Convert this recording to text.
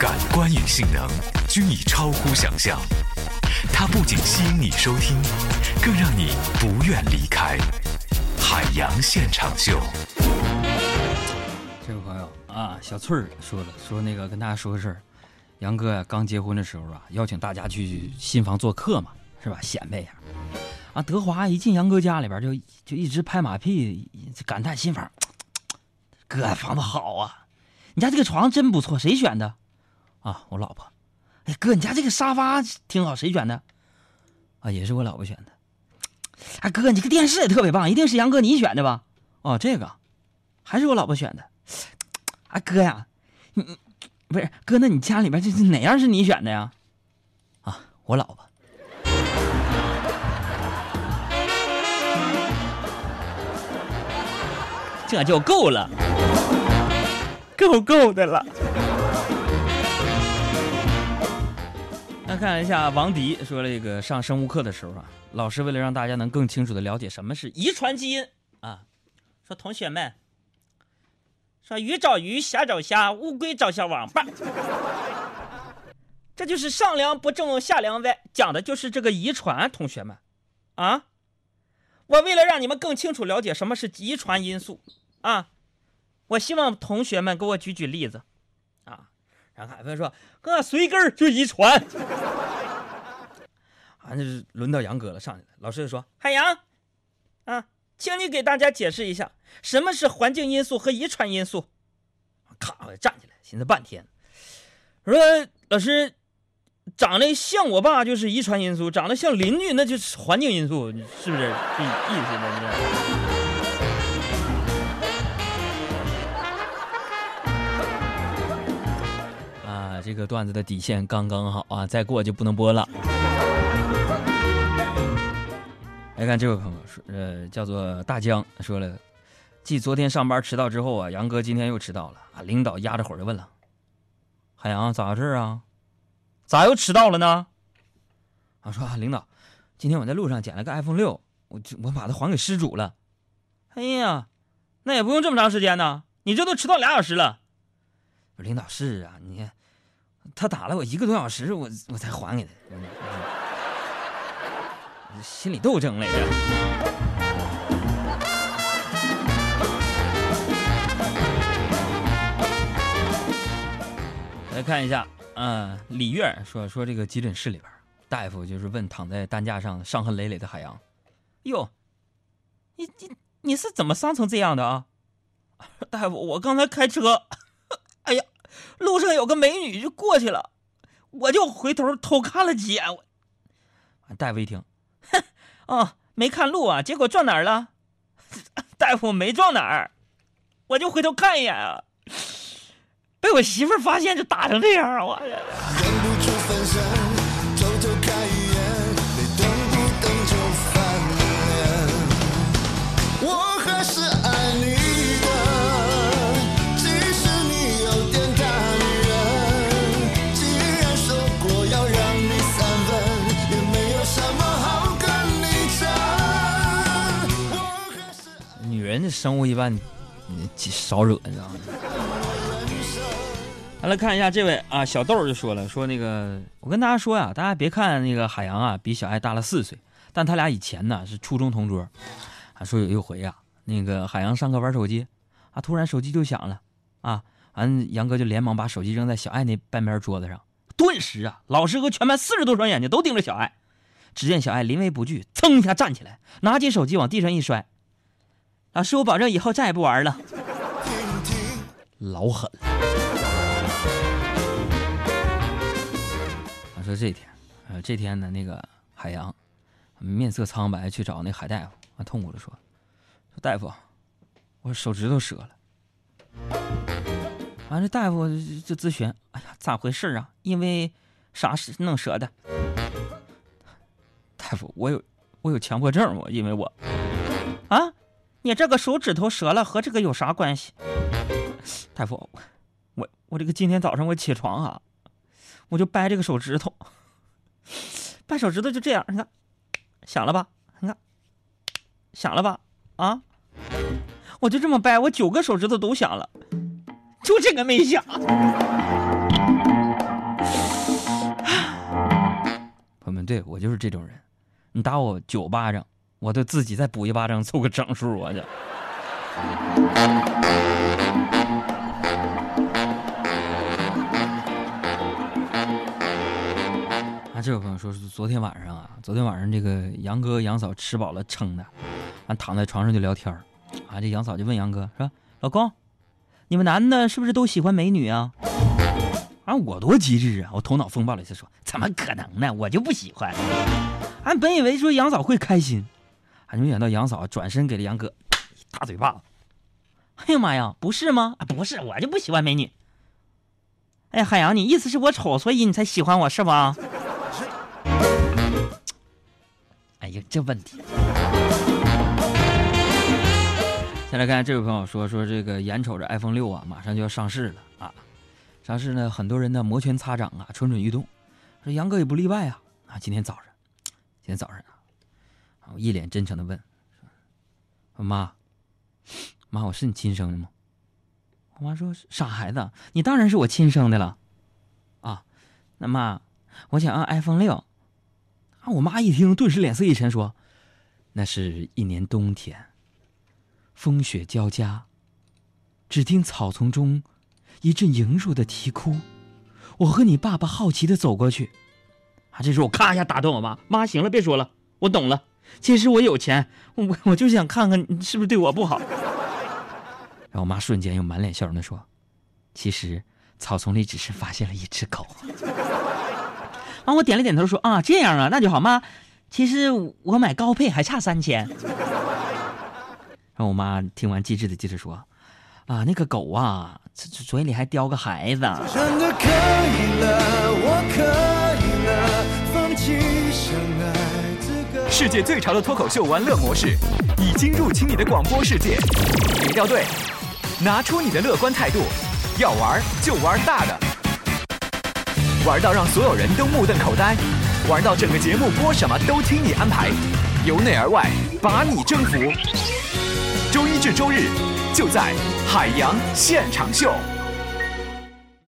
感官与性能均已超乎想象，它不仅吸引你收听，更让你不愿离开。海洋现场秀。 这位朋友啊，小翠儿说那个跟大家说个事儿，杨哥呀刚结婚的时候啊，邀请大家去新房做客嘛，是吧？显摆一下。啊，德华一进杨哥家里边就一直拍马屁，感叹新房，哥房子好啊，你家这个床真不错，谁选的？啊，我老婆。哎哥，你家这个沙发挺好，谁选的？啊，也是我老婆选的。啊哥，你这个电视也特别棒，一定是杨哥你选的吧？哦，这个还是我老婆选的。啊哥呀，你不是哥，那你家里边这是哪样是你选的呀？啊，我老婆。这就够了，够的了。那看一下王迪说，这个上生物课的时候啊，老师为了让大家能更清楚的了解什么是遗传基因啊，说同学们，说鱼找鱼，虾找虾，乌龟找小王八，这就是上梁不正下梁歪，讲的就是这个遗传。同学们啊，我为了让你们更清楚了解什么是遗传因素啊，我希望同学们给我举例子啊。然后海飞说：“哥，随根就遗传。”啊，那是轮到杨哥了，上去了。老师就说：“海洋啊，请你给大家解释一下什么是环境因素和遗传因素。”咔，我站起来，寻思半天，我说：“老师，长得像我爸就是遗传因素，长得像邻居那就是环境因素，是不是这意思呢？”这个段子的底线刚刚好啊，再过就不能播了。来看这位朋友说，叫做大江，说了，继昨天上班迟到之后啊，杨哥今天又迟到了啊。领导压着火就问了：“海洋咋回事啊？咋又迟到了呢？”啊，说领导，今天我在路上捡了个 iPhone 6，我把它还给失主了。哎呀，那也不用这么长时间呢，你这都迟到2小时了。我说领导是啊，你看。他打了我1个多小时，我才还给他，心理斗争来着。来看一下，李月说这个急诊室里边，大夫就是问躺在担架上伤痕累累的海洋：“哟，你是怎么伤成这样的啊？”大夫，我刚才开车，哎呀。路上有个美女就过去了，我就回头偷看了几眼。大夫一听，哼，哦，没看路啊，结果撞哪儿了？大夫没撞哪儿，我就回头看一眼啊，被我媳妇儿发现就打成这样啊！我忍不住分身，偷偷看一眼，你等不等就翻脸，我还是爱你。人的生物一般少惹，你知道吗？好了，看一下这位啊，小豆就说了，说那个我跟大家说呀，大家别看那个海洋啊比小爱大了4岁，但他俩以前呢是初中同桌。说有一回啊，那个海洋上课玩手机啊，突然手机就响了啊，完杨哥就连忙把手机扔在小爱那半边桌子上，顿时啊，老师和全班40多双眼睛都盯着小爱。只见小爱临危不惧，噌一下站起来，拿起手机往地上一摔。老师，我保证以后再也不玩了。老狠。说这天呢，那个海洋面色苍白去找那海大夫，痛苦地说大夫，我手指头折了。完这大夫就咨询，哎呀，咋回事啊？因为啥事弄折的？大夫，我有强迫症，因为我啊。你这个手指头折了和这个有啥关系？大夫，我这个今天早上我起床啊，我就掰这个手指头，掰手指头就这样，你看，响了吧？你看，响了吧？啊，我就这么掰，我9个手指头都响了，就这个没响。 对，我就是这种人。你打我9巴掌，我都自己再补1巴掌，凑个整数啊！这。这位朋友说是昨天晚上这个杨哥杨嫂吃饱了撑的，躺在床上就聊天这杨嫂就问杨哥说：“老公，你们男的是不是都喜欢美女啊？”我多机智啊！我头脑风暴了一次说：“怎么可能呢？我就不喜欢。”本以为说杨嫂会开心，没想到杨嫂转身给了杨哥一大嘴巴子。哎呀妈呀，不是吗？不是，我就不喜欢美女。哎，海洋，你意思是我丑，所以你才喜欢我是吧？哎呀，这问题。再来看这位朋友说这个眼瞅着 iPhone 6啊，马上就要上市了啊！上市呢，很多人的摩拳擦掌啊，蠢蠢欲动。说杨哥也不例外啊！今天早上我一脸真诚的问：“妈，我是你亲生的吗？”我妈说：“傻孩子，你当然是我亲生的了。”那妈，我想要 iPhone 6。我妈一听，顿时脸色一沉，说：“那是一年冬天，风雪交加，只听草丛中一阵羸弱的啼哭。我和你爸爸好奇地走过去。”这时候我咔一下打断我妈：“妈，行了，别说了，我懂了。其实我有钱，我就想看看你是不是对我不好。”然后我妈瞬间又满脸笑容地说：“其实草丛里只是发现了一只狗。”我点了点头说：“这样啊，那就好。妈，其实我买高配还差3000。”然后我妈听完机智的接着说：“那个狗啊，嘴里还叼个孩子。” 真的可以了，我可以了，放弃相爱资格。 世界最潮的脱口秀玩乐模式已经入侵你的广播世界，别掉队，拿出你的乐观态度，要玩就玩大的。玩到让所有人都目瞪口呆，玩到整个节目播什么都听你安排，由内而外把你征服。周一至周日就在海洋现场秀。